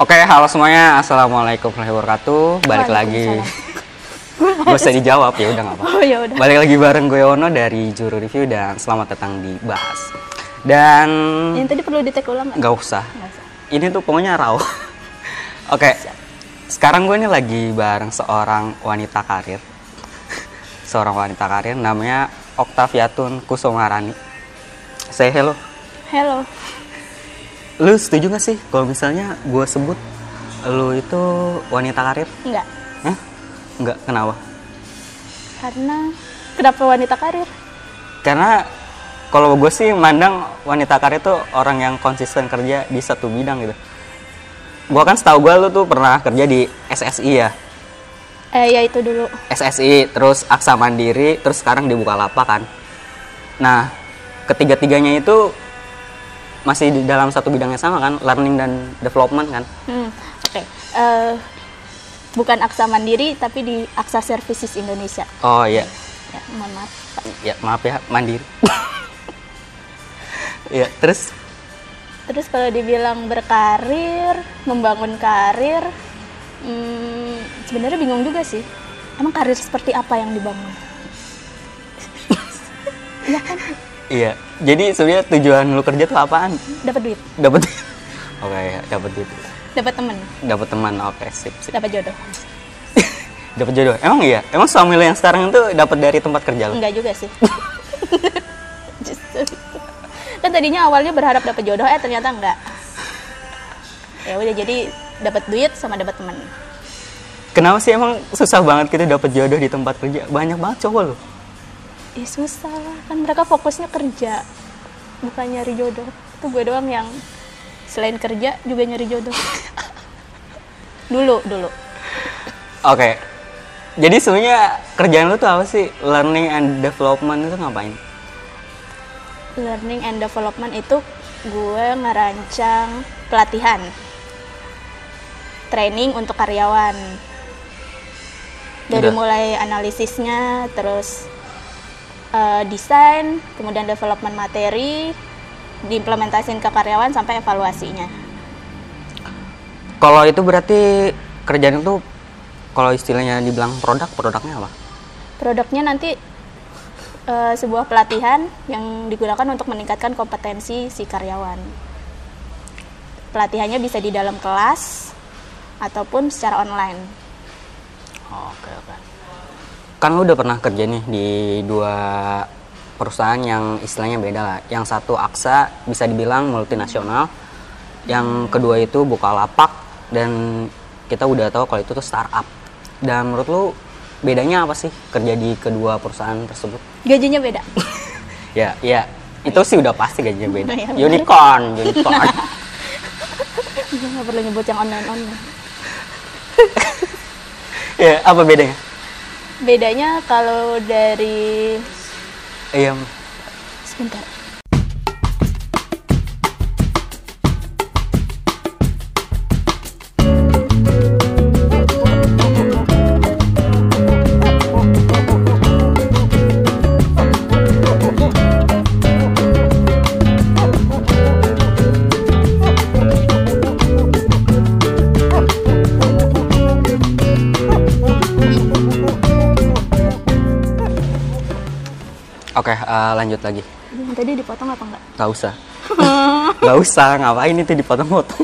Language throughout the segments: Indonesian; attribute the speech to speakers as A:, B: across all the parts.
A: Oke, halo semuanya. Assalamualaikum warahmatullahi wabarakatuh. Balik lagi. Gak usah dijawab ya, udah nggak apa-apa.
B: Oh ya udah.
A: Balik lagi bareng gue Ono dari Juru Review dan selamat datang di Bahas. Dan
B: Yang tadi perlu di-tag ulang nggak?
A: nggak usah.
B: Nggak usah.
A: Ini tuh pokoknya raw. Oke. Sekarang gue ini lagi bareng seorang wanita karir. Seorang wanita karir namanya Oktaviatun Kusumarani. Say hello.
B: Hello.
A: Lu setuju gak sih kalau misalnya gue sebut lu itu wanita karir?
B: Enggak.
A: Hah? Enggak, kenapa?
B: Karena kenapa wanita karir?
A: Karena kalau gue sih mandang wanita karir itu orang yang konsisten kerja di satu bidang gitu. Gue kan setahu gue lu tuh pernah kerja di SSI ya.
B: Ya itu dulu.
A: SSI, terus Aksa Mandiri, terus sekarang di Bukalapak kan. Nah, ketiga-tiganya itu masih di dalam satu bidang yang sama kan, learning dan development kan.
B: Oke. Bukan Aksa Mandiri tapi di Aksa Services Indonesia.
A: Oh iya.
B: Ya, mohon maaf. Pak.
A: Ya maaf ya, Mandiri. Ya, terus
B: Terus kalau dibilang berkarir, membangun karir, sebenarnya bingung juga sih. Emang karir seperti apa yang dibangun? Iya kan?
A: iya. Jadi sebenarnya tujuan lu kerja tuh apaan?
B: Dapat duit,
A: Dapat. Oke, ya, dapat duit.
B: dapat temen,
A: Dapat teman. Oke, sip.
B: dapat jodoh.
A: Dapat jodoh. Emang iya? Emang suami lu yang sekarang itu dapat dari tempat kerja lu?
B: Enggak juga sih. Justru. Kan tadinya awalnya berharap dapat jodoh, ternyata enggak. Ya udah, jadi dapat duit sama dapat teman.
A: Kenapa sih emang susah banget gitu dapat jodoh di tempat kerja? Banyak banget cowok lu.
B: Susah lah, kan mereka fokusnya kerja, bukan nyari jodoh. Itu gue doang yang selain kerja juga nyari jodoh. Dulu.
A: Oke. Jadi sebenarnya kerjaan lu tuh apa sih? Learning and development itu ngapain?
B: Learning and development itu gue ngerancang pelatihan, training untuk karyawan. Dari
A: Udah.
B: mulai analisisnya, terus desain, kemudian development materi, diimplementasiin ke karyawan sampai evaluasinya.
A: Kalau itu berarti kerjaan itu kalau istilahnya dibilang produknya apa?
B: Produknya nanti sebuah pelatihan yang digunakan untuk meningkatkan kompetensi si karyawan. Pelatihannya bisa di dalam kelas ataupun secara online.
A: Oke. Kan lu udah pernah kerja nih di dua perusahaan yang istilahnya beda lah. Yang satu Aksa bisa dibilang multinasional, yang kedua itu Bukalapak, dan kita udah tahu kalau itu tuh startup. Dan menurut lu bedanya apa sih kerja di kedua perusahaan tersebut?
B: Gajinya beda.
A: Ya, itu sih udah pasti gajinya beda.
B: Ya,
A: Unicorn.
B: Nggak perlu nyebut yang online.
A: Ya, apa bedanya?
B: Bedanya kalau dari
A: Iya.
B: sebentar.
A: Oke, lanjut lagi.
B: Yang tadi dipotong apa enggak?
A: Gak usah. Gak usah, ngapain itu dipotong-potong.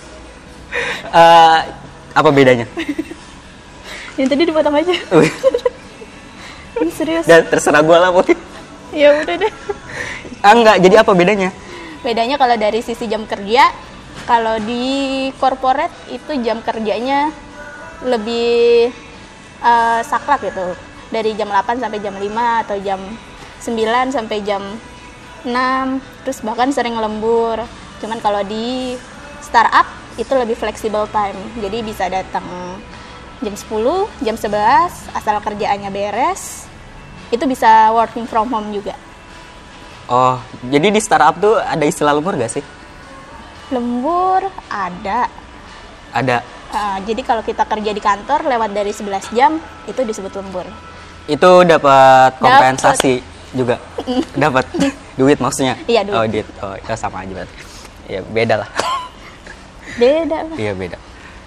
A: Apa bedanya?
B: Yang tadi dipotong aja. Ini serius.
A: Dan terserah gue lah pokoknya.
B: Ya udah deh.
A: Enggak, jadi apa bedanya?
B: Bedanya kalau dari sisi jam kerja, kalau di corporate itu jam kerjanya lebih saklek gitu. Dari jam 8 sampai jam 5 atau jam 9 sampai jam 6, terus bahkan sering lembur. Cuman kalau di startup itu lebih flexible time. Jadi bisa datang jam 10, jam 11, asal kerjaannya beres. Itu bisa working from home juga.
A: Oh, jadi di startup tuh ada istilah lembur gak sih?
B: Lembur ada.
A: Ada.
B: Jadi kalau kita kerja di kantor lewat dari 11 jam, itu disebut lembur.
A: Itu dapat kompensasi juga. Dapat duit maksudnya.
B: Iya, duit.
A: Oh, duit. Oh, ya sama aja berarti. Ya beda lah.
B: Beda lah.
A: Iya beda.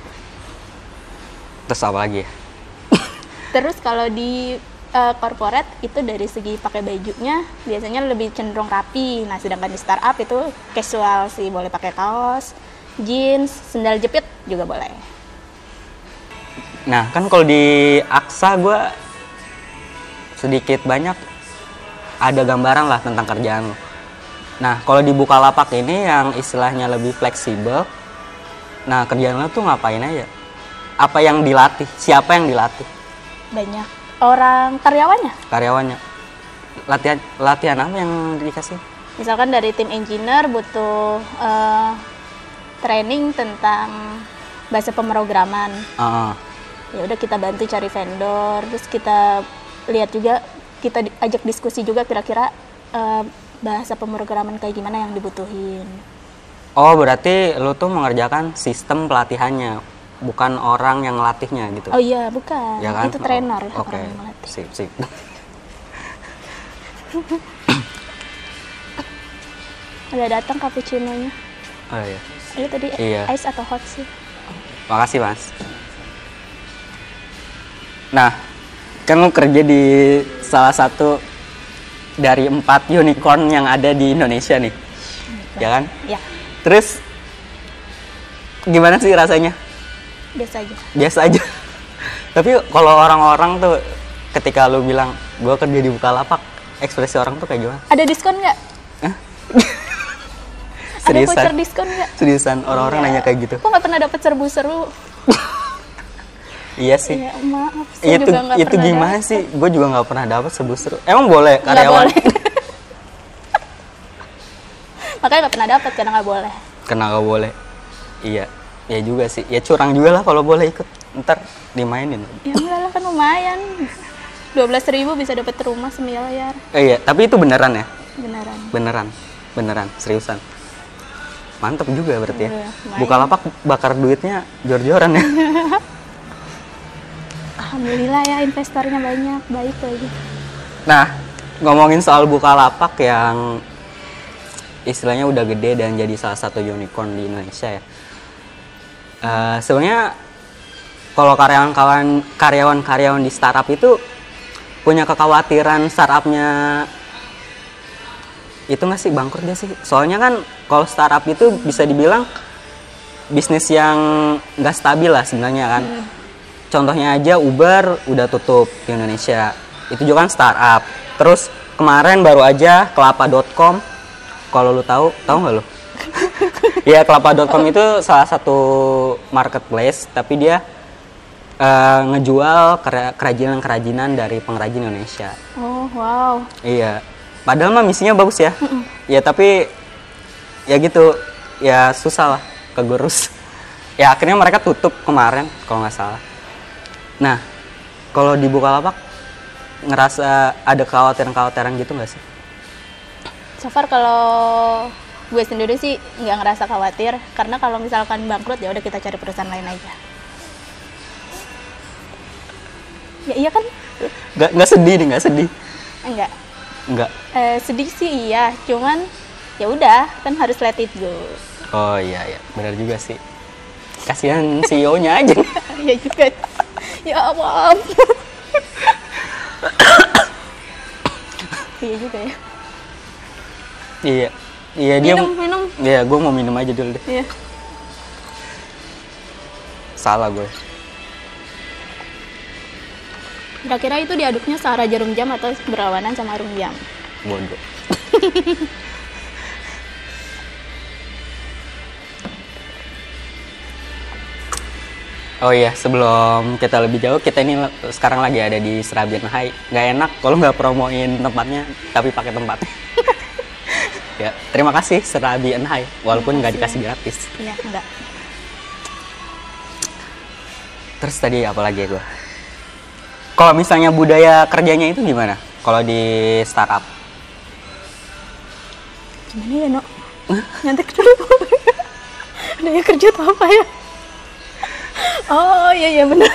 A: Terus apa lagi ya?
B: Terus kalau di corporate itu dari segi pakai bajunya biasanya lebih cenderung rapi. Nah, sedangkan di startup itu casual sih, boleh pakai kaos, jeans, sendal jepit juga boleh.
A: Nah, kan kalau di Aksa gue sedikit banyak ada gambaran lah tentang kerjaan lo. Nah, kalau di Bukalapak ini yang istilahnya lebih fleksibel, nah kerjaan lo tuh ngapain aja? Apa yang dilatih? Siapa yang dilatih?
B: Banyak orang karyawannya.
A: Karyawannya. Latihan apa yang dikasih?
B: Misalkan dari tim engineer butuh training tentang bahasa pemrograman. Ya udah kita bantu cari vendor, terus kita lihat juga, kita ajak diskusi juga kira-kira bahasa pemrograman kayak gimana yang dibutuhin.
A: Oh, berarti lo tuh mengerjakan sistem pelatihannya, bukan orang yang ngelatihnya gitu?
B: Oh iya, bukan.
A: Ya kan?
B: Itu trainer
A: Oh,
B: orang yang melatih.
A: Sip.
B: Udah datang cappuccino-nya.
A: Oh iya.
B: Ini tadi
A: Iya.
B: ice atau hot sih?
A: Makasih, Mas. Nah, kan lo kerja di salah satu dari 4 unicorn yang ada di Indonesia nih, ya kan?
B: Ya,
A: Terus gimana sih rasanya?
B: biasa aja.
A: Biasa aja. Tapi kalau orang-orang tuh ketika lu bilang gue kerja di Bukalapak, ekspresi orang tuh kayak gimana?
B: Ada diskon nggak? Ada voucher diskon nggak?
A: Seriusan orang-orang nanya kayak gitu.
B: Kok nggak pernah dapet serbu-serbu?
A: Iya sih.
B: Ya, maaf. Saya juga nggak
A: Itu
B: pernah
A: gimana
B: dapet.
A: sih? Gue juga nggak pernah dapat seru-seru. Emang boleh
B: Nggak
A: karyawan?
B: boleh. Makanya nggak pernah dapet karena nggak boleh.
A: Karena nggak boleh. Iya. Ya juga sih. Ya curang juga lah kalau boleh ikut. Ntar dimainin.
B: Ya enggak lah, kan lumayan. 12.000 bisa dapet rumah semiliar.
A: Iya. Tapi itu beneran ya?
B: Beneran.
A: Beneran. Seriusan. Mantep juga berarti ya.
B: Iya, lumayan.
A: Bukalapak bakar duitnya jor-joran ya.
B: Alhamdulillah ya, investornya banyak, baik lagi.
A: Nah, ngomongin soal Bukalapak yang istilahnya udah gede dan jadi salah satu unicorn di Indonesia ya. Sebenarnya kalau karyawan-karyawan di startup itu punya kekhawatiran startupnya itu nggak sih, bangkrut nggak sih? Soalnya kan kalau startup itu bisa dibilang bisnis yang nggak stabil lah sebenarnya kan. Contohnya aja Uber udah tutup di Indonesia. Itu juga kan startup. Terus kemarin baru aja kelapa.com. Kalau lu tahu nggak lu? Ya, kelapa.com itu salah satu marketplace, tapi dia ngejual kerajinan-kerajinan dari pengrajin Indonesia.
B: Oh, wow.
A: Iya. Padahal mah misinya bagus ya. Ya, tapi ya gitu. Ya susah lah kegurus. Ya akhirnya mereka tutup kemarin kalau nggak salah. Nah, kalau di Bukalapak ngerasa ada kekhawatiran gitu nggak sih?
B: So far kalau gue sendiri sih nggak ngerasa khawatir, karena kalau misalkan bangkrut ya udah kita cari perusahaan lain aja. Ya iya kan?
A: Nggak sedih nih, nggak sedih.
B: Enggak. Sedih sih iya, cuman ya udah kan harus let it go.
A: Oh iya, benar juga sih. Kasihan CEO-nya aja.
B: Iya juga. Ya maaf. Iya juga ya.
A: Iya dia.
B: Minum.
A: Iya, gue mau minum aja dulu deh.
B: Iya.
A: Salah gue.
B: Kira-kira itu diaduknya searah jarum jam atau berlawanan sama jarum jam?
A: Bodoh. Oh iya, sebelum kita lebih jauh, kita ini sekarang lagi ada di Serabian High. Nggak enak kalau nggak promoin tempatnya, tapi pakai tempatnya. Ya, terima kasih Serabian High, walaupun nggak dikasih gratis.
B: Iya, enggak.
A: Terus tadi apa lagi ya gue? Kalau misalnya budaya kerjanya itu gimana? Kalau di startup?
B: Gimana ya, Nok? Nanti dulu. Budaya kerja tuh apa ya? Oh iya benar.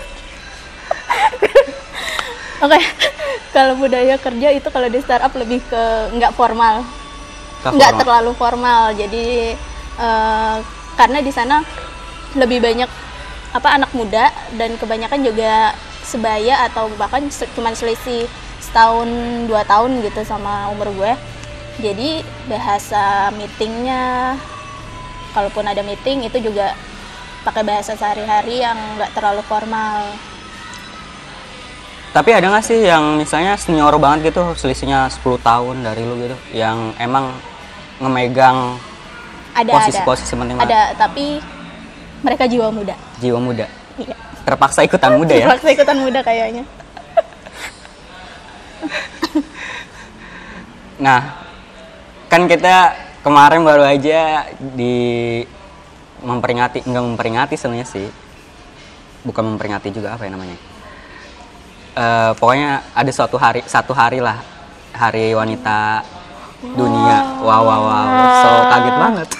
B: Oke, kalau budaya kerja itu kalau di startup lebih ke nggak formal, nggak terlalu formal. Jadi karena di sana lebih banyak anak muda dan kebanyakan juga sebaya atau bahkan cuma selisih setahun 2 tahun gitu sama umur gue. Jadi bahasa meetingnya, kalaupun ada meeting itu juga pakai bahasa sehari-hari yang nggak terlalu formal.
A: Tapi ada nggak sih yang misalnya senior banget gitu, selisihnya 10 tahun dari lu gitu, yang emang ngemegang posisi-posisi penting banget?
B: Ada, tapi mereka jiwa muda.
A: Jiwa muda?
B: Iya.
A: Terpaksa ikutan muda ya?
B: Terpaksa ikutan muda kayaknya.
A: Nah, kan kita kemarin baru aja enggak memperingati sebenarnya sih, bukan memperingati juga, apa ya namanya, pokoknya ada satu hari lah, hari wanita dunia. Wow, so kaget banget.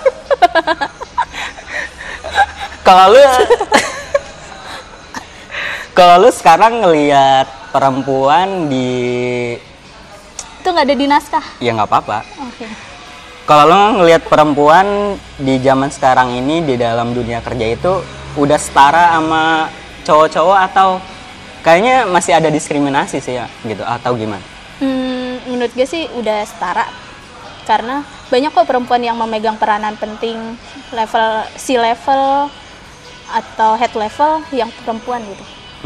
A: Kalau lu sekarang ngelihat perempuan
B: itu nggak ada di naskah?
A: Ya nggak apa-apa.
B: Oke.
A: Kalau lo ngelihat perempuan di zaman sekarang ini di dalam dunia kerja itu udah setara sama cowok-cowok atau kayaknya masih ada diskriminasi sih ya gitu, atau gimana?
B: Menurut gue sih udah setara, karena banyak kok perempuan yang memegang peranan penting level atau head level yang perempuan gitu.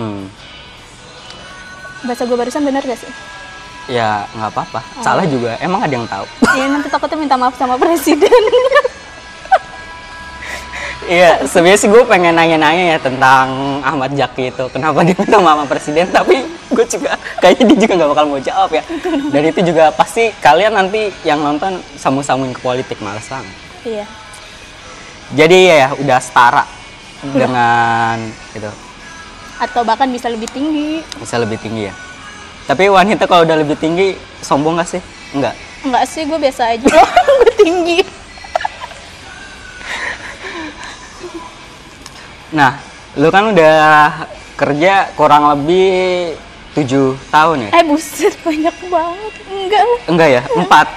B: Bahasa gue barusan bener gak sih?
A: Ya nggak apa-apa, salah juga, emang ada yang tahu.
B: Iya, nanti takutnya minta maaf sama presiden.
A: Iya, sebenarnya sih gue pengen nanya-nanya ya tentang Ahmad Zaki itu, kenapa dia minta maaf sama presiden, tapi gue juga kayaknya dia juga nggak bakal mau jawab ya. Dan itu juga pasti kalian nanti yang nonton sambung-sambungin ke politik, males banget.
B: Iya.
A: Jadi ya udah setara dengan itu.
B: Atau bahkan bisa lebih tinggi.
A: Bisa lebih tinggi ya. Tapi wanita kalau udah lebih tinggi sombong nggak sih? Enggak.
B: Enggak sih, gue biasa aja. Gue tinggi.
A: Nah, lu kan udah kerja kurang lebih 7 tahun ya?
B: Buset, banyak banget. Enggak lah.
A: Enggak ya?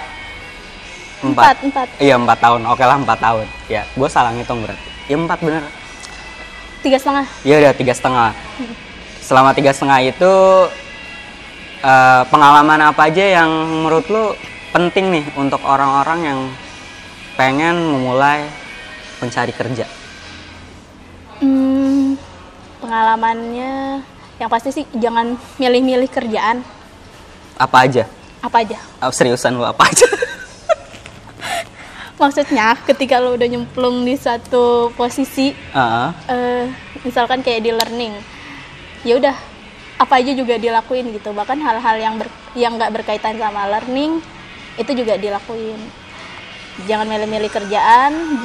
A: 4.
B: 4.
A: Iya, 4 tahun. Oke lah, 4 tahun. Ya, gue salah ngitung berarti. Ya 4 bener.
B: 3,5.
A: Iya udah 3,5. Selama 3,5 itu pengalaman apa aja yang menurut lu penting nih untuk orang-orang yang pengen memulai mencari kerja?
B: Pengalamannya yang pasti sih jangan milih-milih kerjaan.
A: Apa aja? Seriusan lu apa aja?
B: Maksudnya ketika lo udah nyemplung di satu posisi, misalkan kayak di learning, ya udah apa aja juga dilakuin gitu. Bahkan hal-hal yang nggak berkaitan sama learning itu juga dilakuin. Jangan milih-milih kerjaan,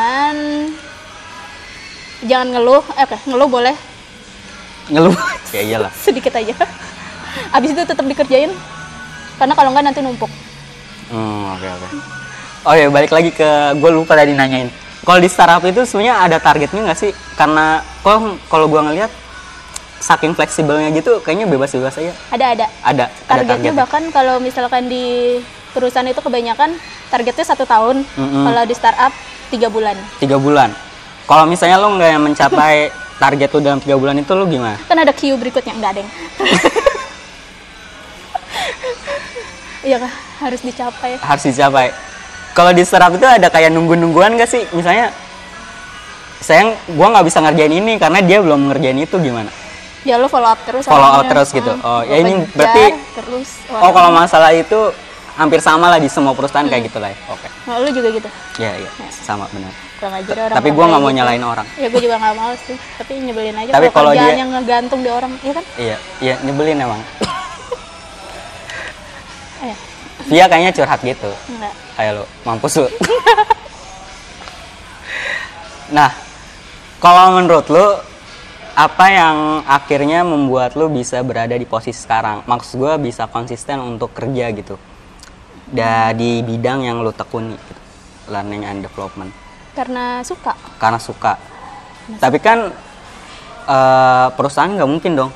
B: jangan ngeluh. Ngeluh boleh.
A: Ngeluh? Ya iyalah.
B: Sedikit aja. Abis itu tetap dikerjain. Karena kalau nggak nanti numpuk.
A: Oke. Oh ya, balik lagi ke gue lupa tadi nanyain. Kalau di startup itu sebenarnya ada targetnya nggak sih? Karena kalau gue ngelihat saking fleksibelnya gitu, kayaknya bebas-bebas aja. Ada
B: targetnya. Bahkan kalau misalkan di perusahaan itu kebanyakan targetnya 1 tahun. Kalau di startup 3 bulan.
A: 3 bulan. Kalau misalnya lo nggak mencapai target lo dalam 3 bulan itu lo gimana?
B: Kan ada queue berikutnya, nggak ada yang. Iya kah? Harus dicapai. Kalau di startup itu ada kayak nungguan nggak sih? Misalnya, sayang gue nggak bisa ngerjain ini karena dia belum ngerjain itu, gimana? Ya lo follow up terus
A: gitu. Ya ini berarti terus. Kalau masalah itu hampir sama lah di semua perusahaan kayak gitu lah ya. Oke.
B: Nah, lo juga gitu?
A: Iya, sama benar.
B: Tapi
A: gue nggak mau nyalain orang.
B: Ya gue juga nggak mau sih. Tapi nyebelin aja.
A: Tapi kalau dia
B: yang ngegantung di orang, iya kan?
A: Iya nyebelin emang. Via kayaknya curhat gitu.
B: Enggak.
A: Ayo lo, mampus lu. Nah, kalau menurut lu apa yang akhirnya membuat lu bisa berada di posisi sekarang? Maksud gue bisa konsisten untuk kerja gitu. Di bidang yang lu tekuni gitu. Learning and development.
B: Karena suka.
A: Tapi kan perusahaan nggak mungkin dong.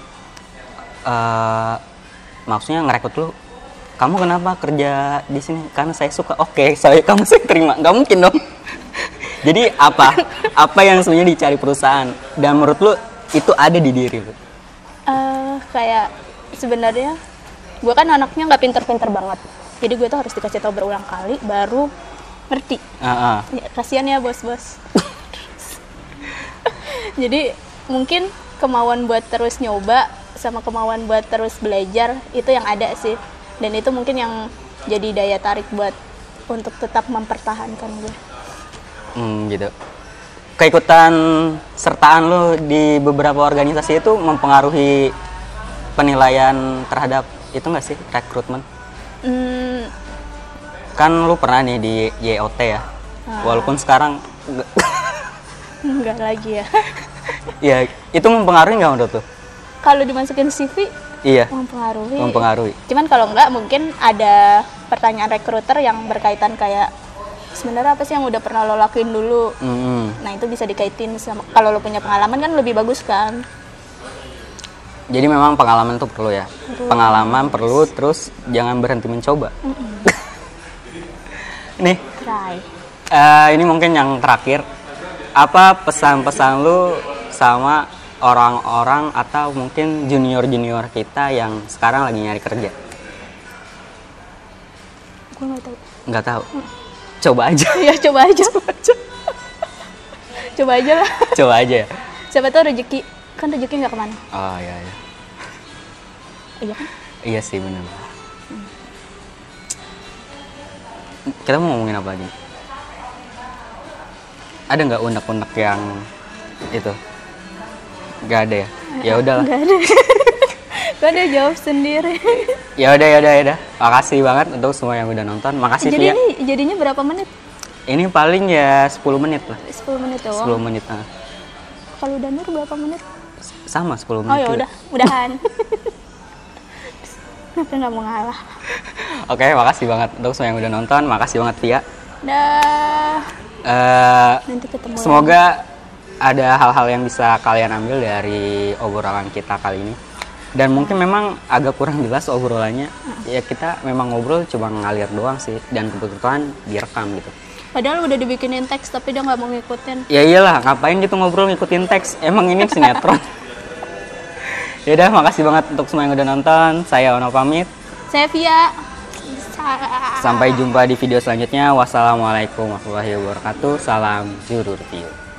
A: Maksudnya ngerekrut lu, kamu kenapa kerja di sini? Karena saya suka. Oke, kamu saya terima. Nggak mungkin dong. Jadi apa yang sebenarnya dicari perusahaan dan menurut lu itu ada di diri lu?
B: Kayak sebenarnya gue kan anaknya nggak pinter-pinter banget, jadi gue tuh harus dikasih tahu berulang kali baru ngerti. Ya, kasihan ya bos-bos. Jadi mungkin kemauan buat terus nyoba sama kemauan buat terus belajar itu yang ada sih, dan itu mungkin yang jadi daya tarik buat untuk tetap mempertahankan gue.
A: Gitu. Keikutan sertaan lo di beberapa organisasi itu mempengaruhi penilaian terhadap itu nggak sih, rekrutmen? Kan lu pernah nih di YOT ya, walaupun sekarang
B: Enggak lagi ya.
A: ya itu mempengaruhi nggak menurut lo?
B: Kalau dimasukin CV,
A: Iya,
B: mempengaruhi. Cuman kalau enggak, mungkin ada pertanyaan rekruter yang berkaitan kayak sebenarnya apa sih yang udah pernah lo lakuin dulu. Nah itu bisa dikaitin sama kalau lo punya pengalaman kan lebih bagus kan.
A: Jadi memang pengalaman tuh perlu ya. Pengalaman perlu, terus jangan berhenti mencoba. Nih,
B: Try.
A: ini mungkin yang terakhir. Apa pesan-pesan lu sama orang-orang atau mungkin junior-junior kita yang sekarang lagi nyari kerja?
B: Gue nggak tahu.
A: Nggak tahu. Coba aja.
B: Ya coba aja. Coba aja lah.
A: Coba aja ya.
B: Siapa tahu rezeki, kan rezeki nggak kemana.
A: Oh iya iya.
B: Iya kan?
A: Iya sih benar. Kita mau ngomongin apa lagi? Ada nggak unek-unek yang itu? Nggak ada ya? Ya udahlah.
B: Nggak ada. Gue udah jawab sendiri.
A: Ya udah. Makasih banget untuk semua yang udah nonton. Makasih
B: Jadi
A: Via.
B: ini jadinya berapa menit?
A: Ini paling ya 10 menit lah.
B: 10 menit doang.
A: 10 menit.
B: Kalau Danur berapa menit?
A: Sama 10 menit.
B: Oh ya
A: juga.
B: udah, mudahan. Aku nggak mau ngalah.
A: Oke, makasih banget untuk semua yang udah nonton. Makasih banget Via.
B: Dah. Nanti ketemu.
A: Semoga ada hal-hal yang bisa kalian ambil dari obrolan kita kali ini. Dan mungkin memang agak kurang jelas obrolannya. Ya kita memang ngobrol cuma ngalir doang sih. Dan kebetulan direkam gitu.
B: Padahal udah dibikinin teks tapi dia nggak mau ngikutin.
A: Ya iyalah, ngapain gitu ngobrol ngikutin teks? Emang ini sinetron. Yaudah, makasih banget untuk semua yang udah nonton. Saya Ono pamit.
B: Saya Via.
A: Sampai jumpa di video selanjutnya. Wassalamualaikum warahmatullahi wabarakatuh. Salam Jurur Tiu.